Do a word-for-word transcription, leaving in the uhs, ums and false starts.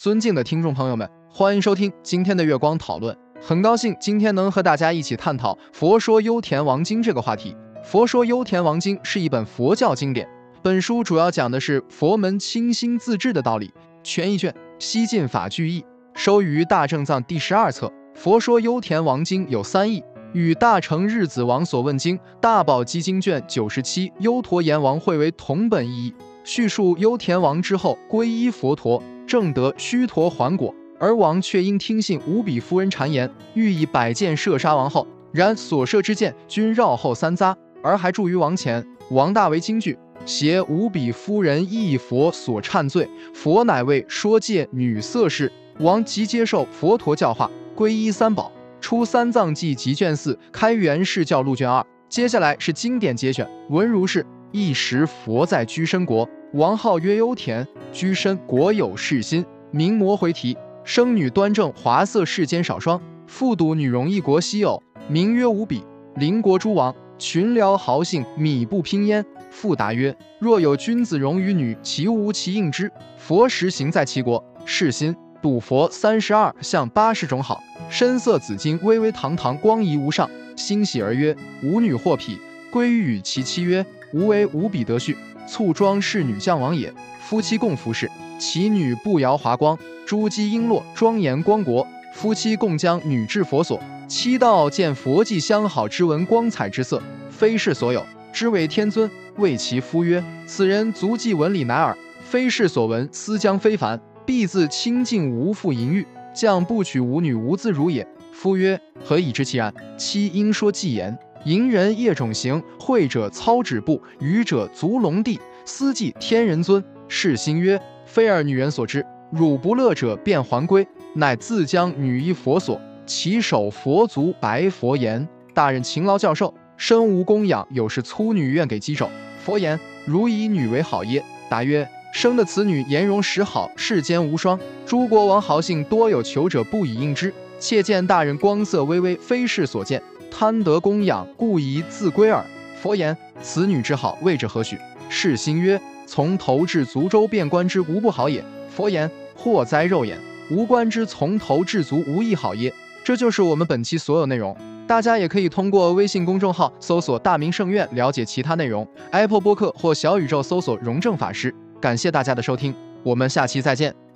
尊敬的听众朋友们，欢迎收听今天的月光讨论。很高兴今天能和大家一起探讨《佛说幽田王经》这个话题。《佛说幽田王经》是一本佛教经典，本书主要讲的是佛门清心自治的道理。全一卷，西晋法句译，收于大正藏第十二册。《佛说幽田王经》有三译，与大成日子王所问经、大宝积经卷九十七优陀阎王会为同本意义，叙述幽田王之后皈依佛陀，正得须陀洹果，而王却因听信五比夫人谗言，欲以百箭射杀王后，然所射之箭均绕后三匝，而还住于王前。王大为惊惧，挟五比夫人忆佛所忏罪，佛乃为说戒女色事。王即接受佛陀教化，皈依三宝，出三藏记集卷四，开元释教录卷二。接下来是经典节选，文如是：一时佛在居身国，王号曰幽田，居身国有世心，名摩回提，生女端正，华色世间少双，复睹女容一国稀有，名曰无比。邻国诸王群僚豪姓，米不拼焉。复答曰：若有君子容于女，其无其应之。佛时行在其国，世心睹佛三十二相八十种好，身色紫金，巍巍堂堂，光仪无上，欣喜而曰：吾女获匹。归于与其妻曰：吾为无比得婿，簇庄侍女将王也。夫妻共服侍，其女步摇华光，珠玑璎珞，庄严光国。夫妻共将女至佛所，七道见佛迹相好之文，光彩之色，非是所有，知为天尊。谓其夫曰：此人足迹文理乃耳，非是所闻，思将非凡，必自清净无负淫欲，将不取吾女无自如也。夫曰：何以知其然？妻应说偈言：淫人业种行，会者操指部，愚者足龙地，思迹天人尊。世心曰：非尔女人所知，汝不乐者便还归，乃自将女依佛所，其手佛足，白佛言：大人勤劳教授，身无供养，有事粗女愿给鸡首。佛言：如以女为好耶？答曰：生的此女颜容实好，世间无双。诸国王豪姓多有求者，不以应之。妾见大人光色巍巍，非是所见，贪得供养，故宜自归耳。佛言：此女之好，为者何许？世心曰：从头至足周遍观之，无不好也。佛言：祸哉肉眼，吾观之从头至足，无一好耶。这就是我们本期所有内容。大家也可以通过微信公众号搜索大明圣院了解其他内容， Apple 播客或小宇宙搜索荣正法师。感谢大家的收听，我们下期再见。